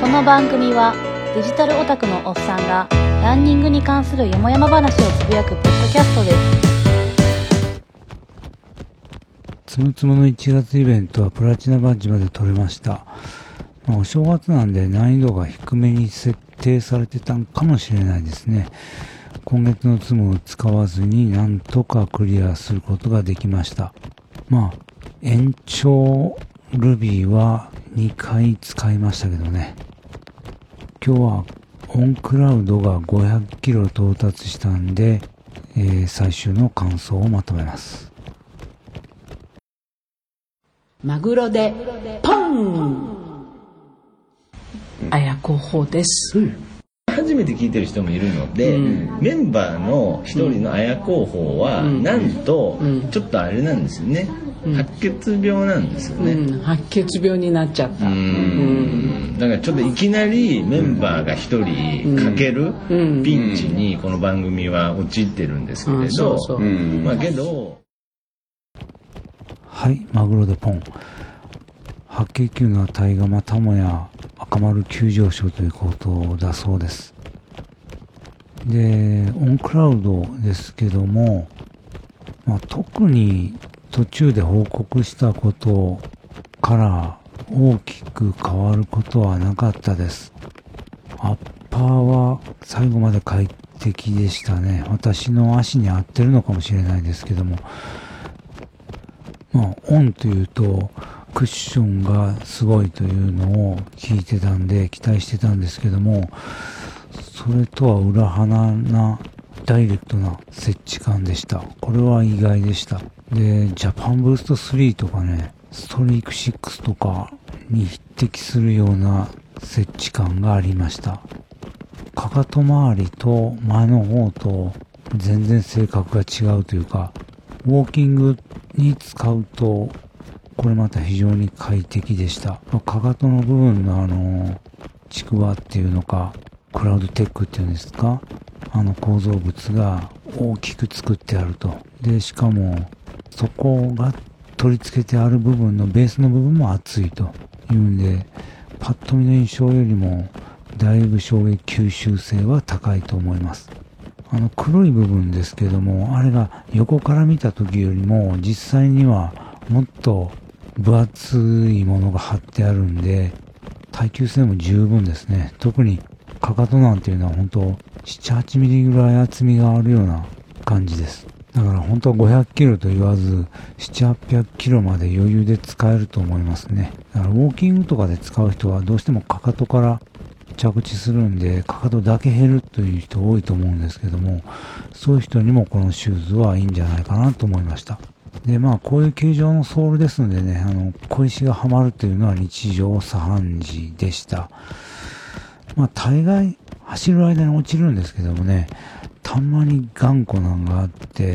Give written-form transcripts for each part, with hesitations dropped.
の番組はデジタルオタクのおっさんがランニングに関するよもやま話をつぶやくポッドキャストです。 つむつむの1月イベントはプラチナバッジまで取れました。お正月なんで難易度が低めに設定されてたんかもしれないですね。今月のつむを使わずになんとかクリアすることができました。延長ルビーは2回使いましたけどね。今日はオンクラウドが500キロ到達したんで、最終の感想をまとめます。 マグロでポン。綾候補です。 初めて聞いてる人もいるので、メンバーの一人の綾候補は、なんとちょっとあれなんですよね。白血病なんですよね。 白血病になっちゃった。 だからちょっといきなりメンバーが一人かけるピンチにこの番組は陥ってるんですけれど、けどはい、マグロでポン。白血球の値がまたもや赤丸急上昇ということだそうです。で、オンクラウドですけども、特に途中で報告したことから大きく変わることはなかったです。アッパーは最後まで快適でしたね。私の足に合ってるのかもしれないですけども、オンというとクッションがすごいというのを聞いてたんで期待してたんですけども、それとは裏腹なダイレクトな接地感でした。これは意外でした。で、ジャパンブースト3とかね、ストリーク6とかに匹敵するような接地感がありました。かかと周りと前の方と全然性格が違うというか、ウォーキングに使うとこれまた非常に快適でした。かかとの部分のちくわっていうのか、クラウドテックっていうんですか、構造物が大きく作ってあると。で、しかもそこが取り付けてある部分のベースの部分も厚いというんで、パッと見の印象よりもだいぶ衝撃吸収性は高いと思います。黒い部分ですけども、あれが横から見た時よりも実際にはもっと分厚いものが貼ってあるんで、耐久性も十分ですね。特にかかとなんていうのは本当7、8ミリぐらい厚みがあるような感じです。だから本当は500キロと言わず7、800キロまで余裕で使えると思いますね。だからウォーキングとかで使う人はどうしてもかかとから着地するんで、かかとだけ減るという人多いと思うんですけども、そういう人にもこのシューズはいいんじゃないかなと思いました。で、こういう形状のソールですのでね、小石がはまるというのは日常茶飯事でした。大概走る間に落ちるんですけどもね、たまに頑固なんがあって、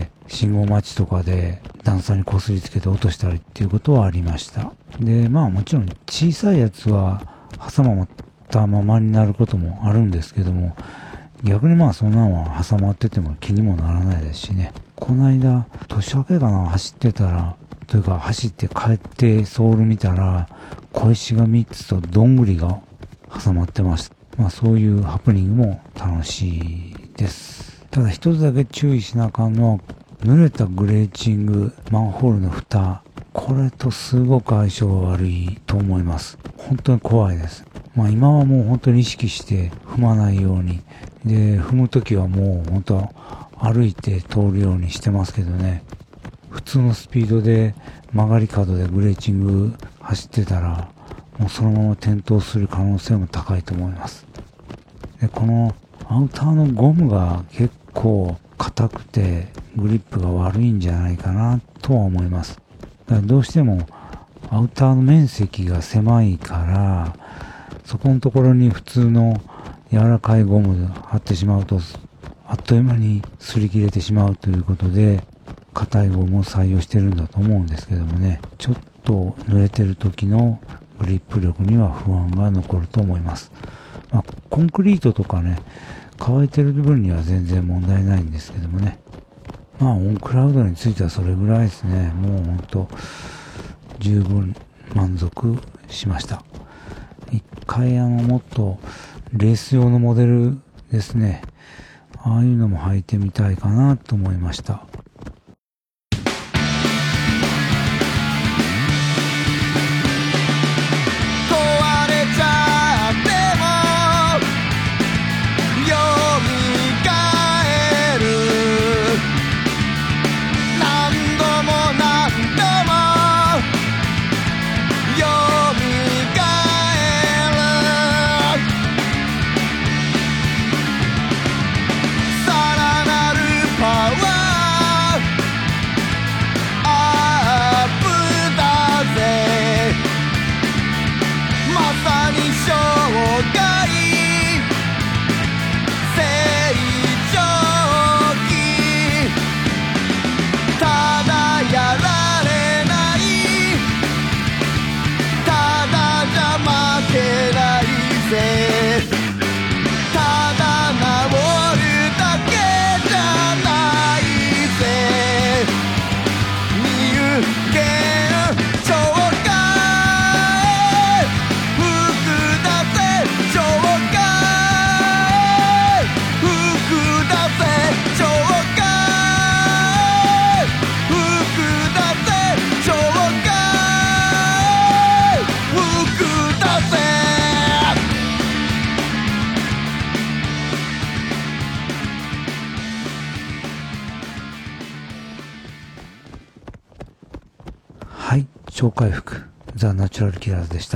信号待ちとかで段差に擦りつけて落としたりっていうことはありました。で、もちろん小さいやつは挟まったままになることもあるんですけども、逆にそんなのは挟まってても気にもならないですしね。この間、年明けかな、走ってたら、というか走って帰ってソール見たら、小石が3つとどんぐりが挟まってました。そういうハプニングも楽しいです。ただ一つだけ注意しなあかんのは、濡れたグレーチングマンホールの蓋、これとすごく相性が悪いと思います。本当に怖いです。今はもう本当に意識して踏まないように、で、踏むときはもう本当歩いて通るようにしてますけどね、普通のスピードで曲がり角でグレーチング走ってたら、もうそのまま転倒する可能性も高いと思います。で、このアウターのゴムが結構硬くてグリップが悪いんじゃないかなとは思います。だからどうしてもアウターの面積が狭いから、そこのところに普通の柔らかいゴム貼ってしまうと、あっという間に擦り切れてしまうということで、硬いゴムを採用してるんだと思うんですけどもね、ちょっと濡れてる時のグリップ力には不安が残ると思います。コンクリートとかね、乾いてる部分には全然問題ないんですけどもね。オンクラウドについてはそれぐらいですね。もうほんと十分満足しました。 一回もっとレース用のモデルですね。ああいうのも履いてみたいかなと思いました。はい、超回復ザ・ナチュラルキラーズでした。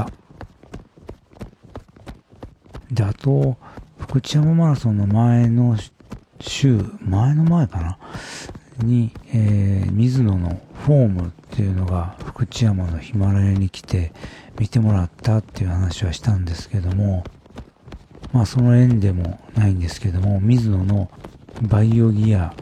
で、あと福知山マラソンの前の前かなに、水野のフォームっていうのが福知山のヒマラヤに来て見てもらったっていう話はしたんですけども、まあその縁でもないんですけども、水野のバイオギア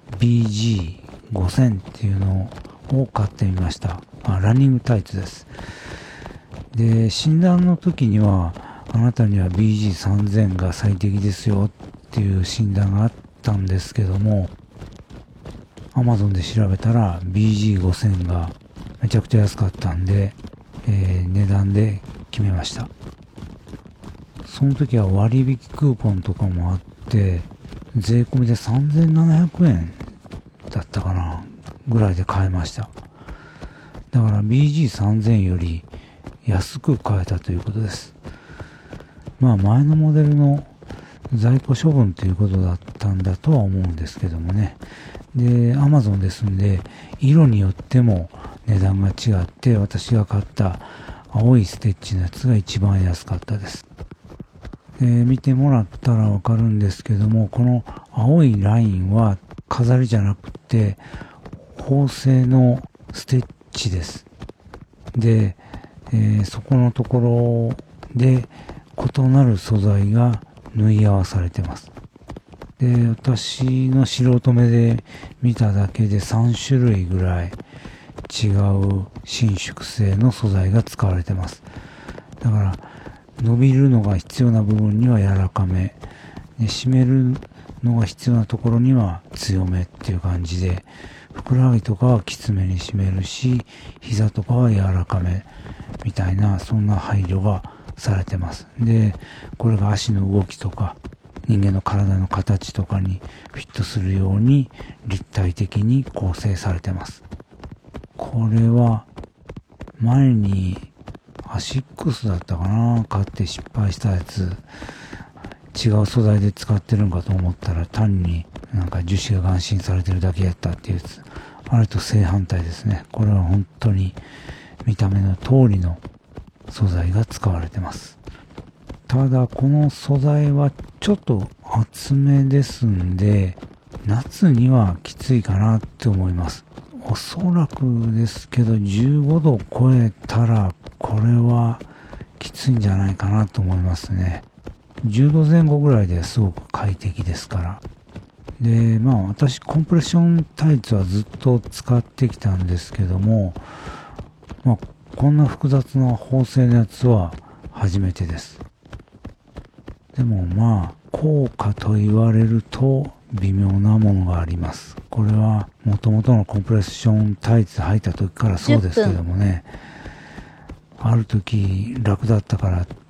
BG5000 っていうのを買ってみました。ランニングタイツです。で、診断の時にはあなたには BG3000 が最適ですよっていう診断があったんですけども、Amazon で調べたら BG5000 がめちゃくちゃ安かったんで、値段で決めました。その時は割引クーポンとかもあって税込みで3700円だったかなぐらいで買えました。だから BG3000 より安く買えたということです。まあ前のモデルの在庫処分ということだったんだとは思うんですけどもね。で、Amazon ですんで色によっても値段が違って、私が買った青いステッチのやつが一番安かったです。見てもらったらわかるんですけども、この青いラインは飾りじゃなくて縫製のステッチです。で、そこのところで異なる素材が縫い合わされてます。で、私の素人目で見ただけで3種類ぐらい違う伸縮性の素材が使われてます。だから伸びるのが必要な部分には柔らかめで、締めるのが必要なところには強めっていう感じで、ふくらはぎとかはきつめに締めるし、膝とかは柔らかめみたいな、そんな配慮がされてます。で、これが足の動きとか人間の体の形とかにフィットするように立体的に構成されてます。これは前にアシックスだったかな、買って失敗したやつ、違う素材で使ってるんかと思ったら単になんか樹脂が眼芯されてるだけやったっていうやつ、あれと正反対ですね。これは本当に見た目の通りの素材が使われてます。ただこの素材はちょっと厚めですんで、夏にはきついかなって思います。おそらくですけど15度超えたらこれはきついんじゃないかなと思いますね。10度前後ぐらいですごく快適ですから。で、まあ私コンプレッションタイツはずっと使ってきたんですけども、まあこんな複雑な縫製のやつは初めてです。でもまあ効果と言われると微妙なものがあります。これは元々のコンプレッションタイツ履いた時からそうですけどもね、ある時楽だったから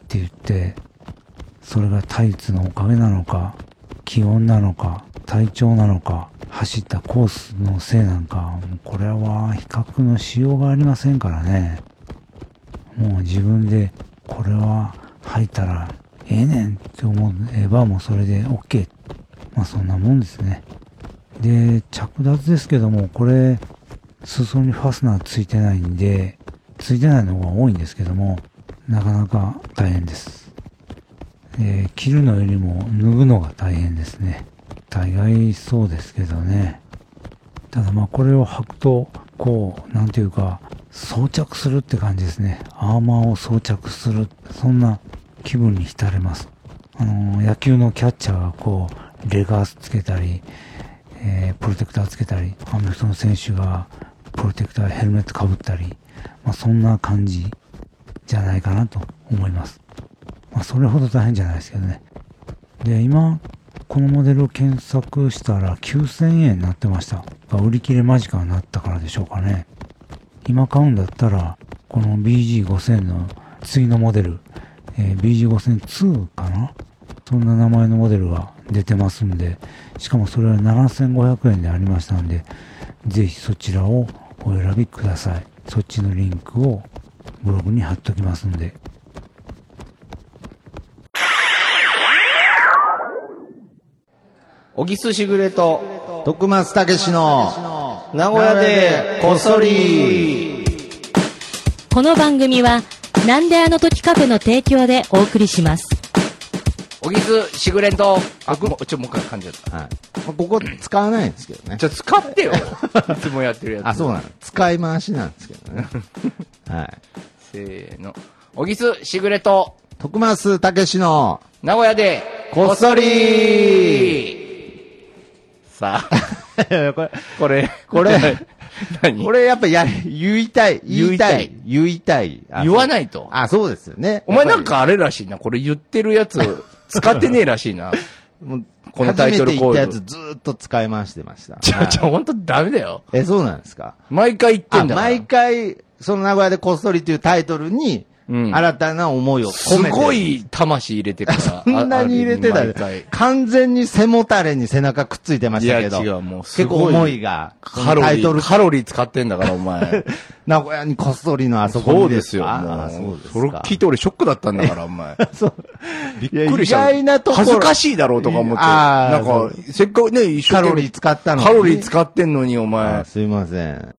って言って、それがタイツのおかげなのか、気温なのか、体調なのか、走ったコースのせいなんか、これは比較のしようがありませんからね。もう自分でこれは履いたらええねんって思えばもうそれで OK。まあそんなもんですね。で、着脱ですけども、これ、裾にファスナーついてないんで、ついてないのが多いんですけども、なかなか大変です。着るのよりも脱ぐのが大変ですね。大概そうですけどね。ただまあこれを履くと、こう、なんていうか、装着するって感じですね。アーマーを装着する。そんな気分に浸れます。野球のキャッチャーがこう、レガースつけたり、プロテクターつけたり、アメフトの選手がプロテクター、ヘルメットかぶったり、まあそんな感じじゃないかなと思います。まあそれほど大変じゃないですけどね。で、今、このモデルを検索したら9000円になってました。売り切れ間近になったからでしょうかね。今買うんだったら、この BG5000 の次のモデル、BG5002 かな？そんな名前のモデルが出てますんで、しかもそれは7500円でありましたんで、ぜひそちらをお選びください。そっちのリンクをブログに貼っときますんで。 小木すしぐれと徳松たけしの名古屋でこっそり。 この番組はなんであの時カフェの提供でお送りします。 小木すしぐれと、もう一回噛んじゃった。 はい。ここ使わないんですけどね。 じゃあ使ってよ。いつもやってるやつ。 あ、そうなの。使い回しなんですけどね。はい。 せーの。小木すしぐれと徳松たけしの名古屋でこっそり。さあ。これ、何これやっぱ言いたい。 言わないと。 あ、そうですよね。 お前なんかあれらしいな。これ言ってるやつ、使ってねえらしいな。このタイトルコール。 初めて言ったやつずーっと使い回してました。 ほんとダメだよ。 そうなんですか。 毎回言ってんだから。 毎回、その名古屋でこっそりというタイトルに、新たな思いを込めて。 すごい魂入れてから。 そんなに入れてたね。完全に背もたれに背中くっついてましたけど。 いや違う、もうすごい。 結構思いが。 カロリー使ってんだから、お前。 名古屋にこっそりのあそこにですよ。 そうですよ。それ聞いて俺ショックだったんだから、お前。 そう。 びっくりした。恥ずかしいだろうとか思って。なんか、せっかくね、一緒に。 カロリー使ったのに。 カロリー使ってんのに、お前。 すいません。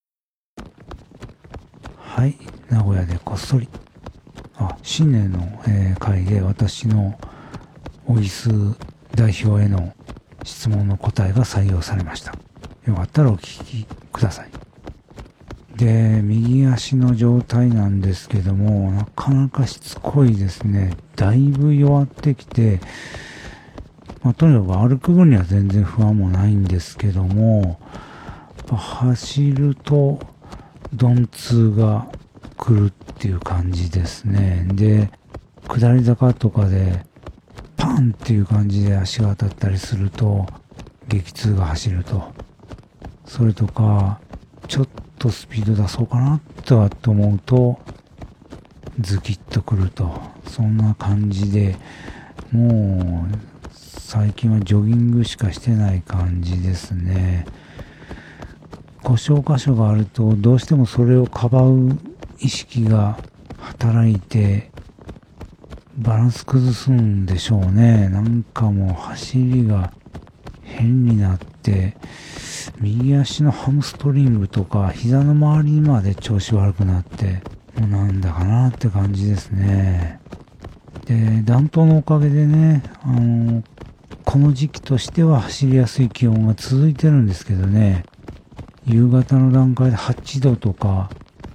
はい。名古屋でこっそり。新年の、会で私のオギス代表への質問の答えが採用されました。よかったらお聞きください。で、右足の状態なんですけども、なかなかしつこいですね。だいぶ弱ってきて、とにかく歩く分には全然不安もないんですけども、走ると鈍痛が来るっていう感じですね。で、下り坂とかでパンっていう感じで足が当たったりすると激痛が走ると。それとか、ちょっとスピード出そうかなと思うとズキッとくると。そんな感じで、もう最近はジョギングしかしてない感じですね。故障箇所があるとどうしてもそれをかばう意識が働いてバランス崩すんでしょうね。なんかもう走りが変になって右足のハムストリングとか膝の周りにまで調子悪くなってもうなんだかなって感じですね。で、暖冬のおかげでね、この時期としては走りやすい気温が続いてるんですけどね、夕方の段階で8度とか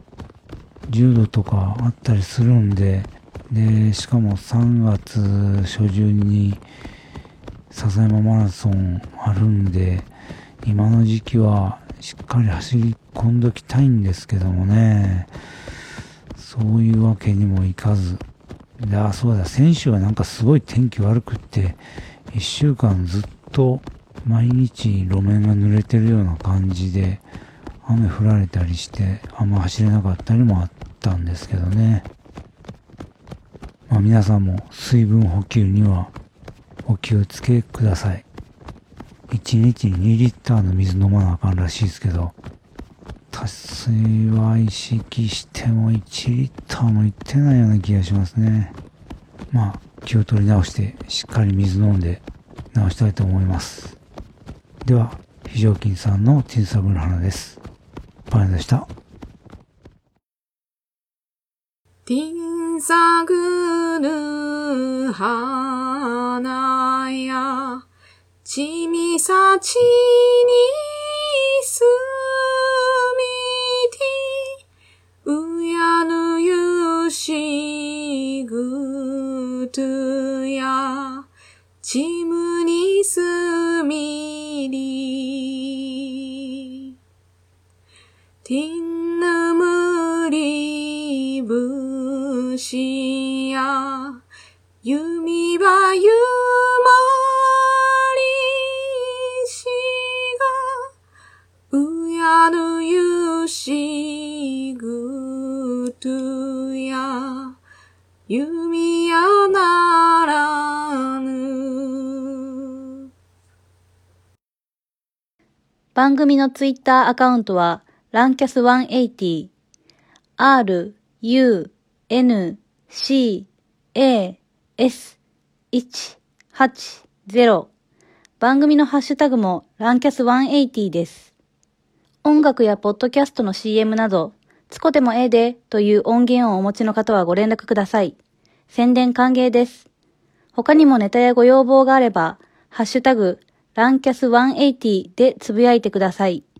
10度とかあったりするんで、しかも3月初旬に笹山マラソンあるんで、今の時期はしっかり走り込んどきたいんですけどもね、そういうわけにもいかず。で、そうだ、先週はなんかすごい天気悪くって、1週間ずっと毎日路面が濡れてるような感じで、雨降られたりしてあんま走れなかったりもあったんですけどね。 皆さんも水分補給にはお気をつけください。1日に2リッターの水飲まなあかんらしいですけど、達水は意識しても1リッターもいってないような気がしますね。気を取り直してしっかり水飲んで直したいと思います。では、非常勤さんのティンサブル花です。パンでした。 ティンサグル花やちみさちにすみてうやぬゆしぐとやちむにすみりティンヌムリブシや弓ばゆまりしがうやぬゆしぐとや弓やならぬ。 番組のツイッターアカウントはランキャス180 RUNCAS180 番組のハッシュタグもランキャス180です。音楽やポッドキャストの CM などつこでもええでという音源をお持ちの方はご連絡ください。宣伝歓迎です。他にもネタやご要望があればハッシュタグランキャス180でつぶやいてください。